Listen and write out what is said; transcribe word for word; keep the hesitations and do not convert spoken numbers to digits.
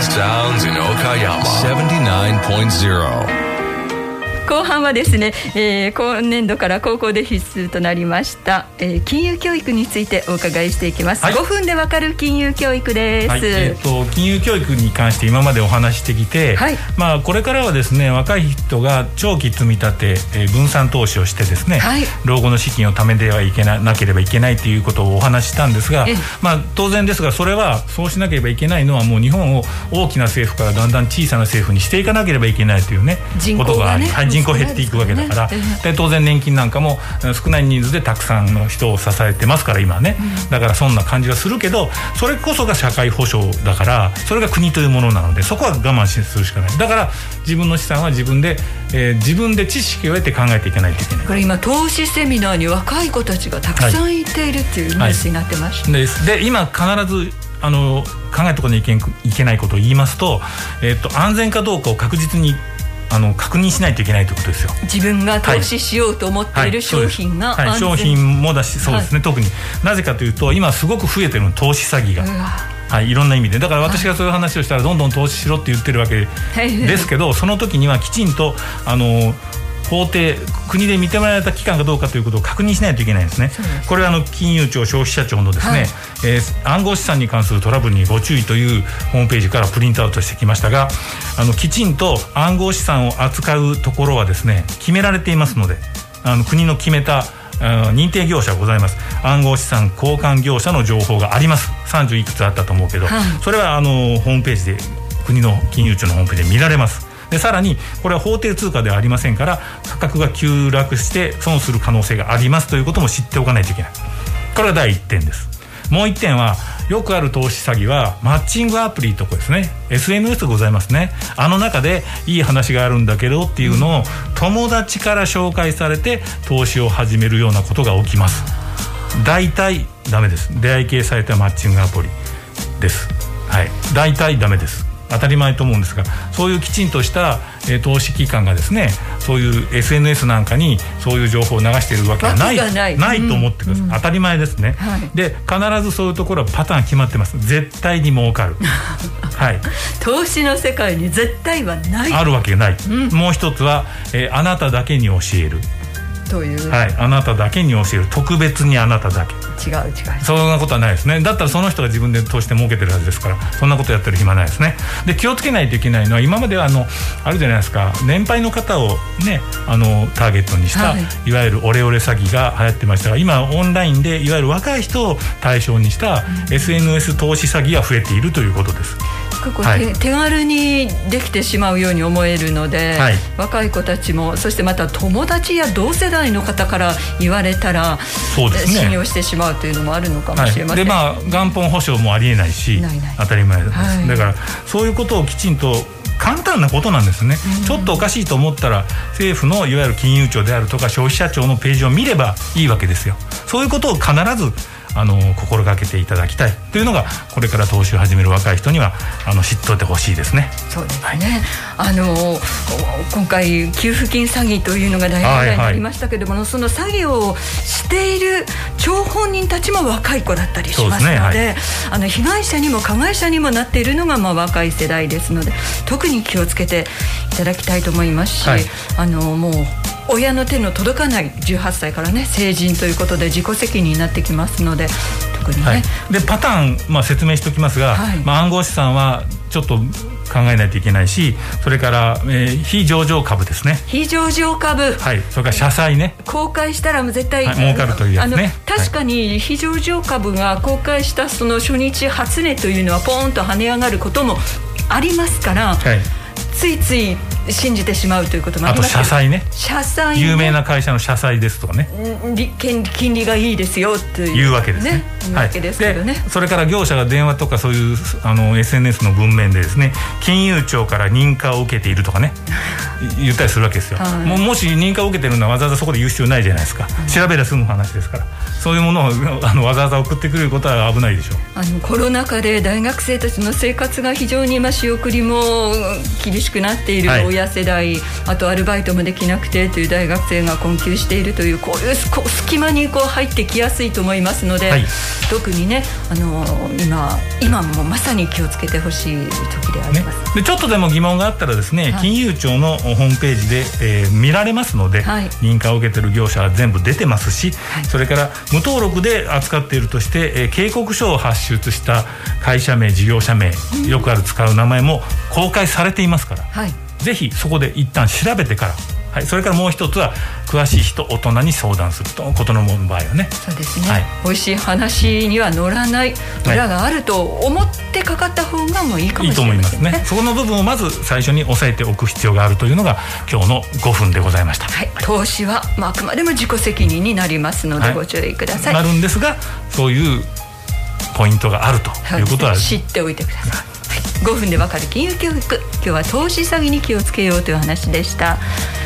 sounds in Okayama セブンティナインポイントゼロ。 後半はですね、えー、今年度から高校で必須となりました、えー、金融教育についてお伺いしていきます、はい、ごふんでわかる金融教育です、はい、えー、と金融教育に関して今までお話してきて、はい、まあ、これからはですね、若い人が長期積み立て、えー、分散投資をしてですね、はい、老後の資金を貯めてはいけな、なければいけないということをお話ししたんですが、まあ、当然ですが、それはそうしなければいけないのはもう日本を大きな政府からだんだん小さな政府にしていかなければいけないというね、 人口がね、 ことがあり、はい、人口減っていくわけだから、で当然年金なんかも少ない人数でたくさんの人を支えてますから今ね、うん、だからそんな感じはするけど、それこそが社会保障だから、それが国というものなので、そこは我慢するしかない。だから自分の資産は自分で、えー、自分で知識を得て考えていけないといけない。 これ今投資セミナーに若い子たちがたくさんいているっていうニュースになってました、はいはい、で, で今必ずあの考えとかにいけ, いけないことを言いますと、えー、と安全かどうかを確実にあの確認しないといけないということですよ。自分が投資しようと思っている商品が安全、 はいはい、商品もだし、そうですね、はい、特になぜかというと今すごく増えてるの投資詐欺が、はい、いろんな意味で。だから私がそういう話をしたらどんどん投資しろって言ってるわけですけど、その時にはきちんとあの法定、国で認められた機関かどうかということを確認しないといけないんですね。これはあの金融庁消費者庁のですね、はい、えー、暗号資産に関するトラブルにご注意というホームページからプリントアウトしてきましたが、あのきちんと暗号資産を扱うところはですね決められていますので、あの国の決めた認定業者がございます。暗号資産交換業者の情報があります。さんじゅういくつあったと思うけど、はい、それはあのホームページで、国の金融庁のホームページで見られます。でさらにこれは法定通貨ではありませんから、価格が急落して損する可能性がありますということも知っておかないといけない。これがだいいってんです。もういってんは、よくある投資詐欺はマッチングアプリとかですね、 エスエヌエス ございますね。あの中でいい話があるんだけどっていうのを友達から紹介されて投資を始めるようなことが起きます。大体ダメです。出会い系されたマッチングアプリです。はい、大体ダメです。当たり前と思うんですが、そういうきちんとした、えー、投資機関がですね、そういう エスエヌエス なんかにそういう情報を流しているわけがないわけがない、 ないと思ってください、うん、当たり前ですね、はい、で必ずそういうところはパターン決まってます。絶対に儲かるはい、 投資の世界に絶対はない、 あるわけがない、うん、もう一つは、えー、あなただけに教えるという、 はい、あなただけに教える、特別にあなただけ。 違う違う、 そんなことはないですね。だったらその人が自分で投資して儲けてるはずですから、そんなことやってる暇ないですね。で気をつけないといけないのは、今まではあのあるじゃないですか、年配の方をね、あのターゲットにした、はい、いわゆるオレオレ詐欺が流行ってましたが、今オンラインでいわゆる若い人を対象にした エスエヌエス 投資詐欺が増えているということです。 結構、はい、手軽にできてしまうように思えるので、はい、若い子たちも、そしてまた友達や同世代の方から言われたら、そうですね、信用してしまうというのもあるのかもしれません、 はい、でまあ元本保証もありえないし、ないない当たり前です、はい、だからそういうことをきちんと、簡単なことなんですね、うん、ちょっとおかしいと思ったら政府のいわゆる金融庁であるとか消費者庁のページを見ればいいわけですよ。そういうことを必ずあの心がけていただきたいというのが、これから投資を始める若い人にはあの知っておいてほしいですね。 そうですね、はい、あの今回給付金詐欺というのが大問題になりましたけれども、はいはい、その詐欺をしている張本人たちも若い子だったりしますの で, で、ね、はい、あの被害者にも加害者にもなっているのが、まあ、若い世代ですので、特に気をつけていただきたいと思いますし、はい、あのもう親の手の届かないじゅうはっさいからね、成人ということで自己責任になってきますので、特にね、はい、でパターン、まあ、説明しておきますが、はい、まあ、暗号資産はちょっと考えないといけないし、それから、えー、非上場株ですね。 非上場株、 はい、それから社債ね、 公開したら絶対、 はい、儲かるというやつね。 あの確かに非上場株が公開したその初日初値というのはポーンと跳ね上がることもありますから、はい、ついつい信じてしまうということもありますけど、 あと社債ね、 社債ね、 有名な会社の社債ですとかね、 金利がいいですよという、 いうわけですね、 いうわけですけどね、 はい、でそれから業者が電話とかそういうあの エスエヌエス の文面でですね、金融庁から認可を受けているとかね言ったりするわけですよ、はい、も, もし認可を受けてるのはわざわざそこで言う必要ないじゃないですか、うん、調べれば済む話ですから、そういうものをあのわざわざ送ってくれることは危ないでしょう。 あのコロナ禍で大学生たちの生活が非常に今仕送りも厳しくなっている親世代、はい、あとアルバイトもできなくてという大学生が困窮しているという、こういう隙間にこう入ってきやすいと思いますので、はい、 特にね、あの今今もまさに気をつけてほしい時であります、 ね、でちょっとでも疑問があったらですね、はい、金融庁のホームページで、えー、見られますので、はい、認可を受けている業者は全部出てますし、はい、それから無登録で扱っているとして、えー、警告書を発出した会社名、事業者名、うん、よくある使う名前も公開されていますから、はい、ぜひそこで一旦調べてから、はい、それからもう一つは詳しい人、大人に相談するとことの場合はね。 そうですね、はい、美味しい話には乗らない裏があると思ってかかった方がもういいかもしれませんね。 いいと思いますね。そこの部分をまず最初に押さえておく必要があるというのが今日のごふんでございました、 はい、投資は、まあ、あくまでも自己責任になりますのでご注意ください、 はい、なるんですが、そういうポイントがあるということは、 ね、知っておいてください。ごふんでわかる金融教育、今日は投資詐欺に気をつけようという話でした。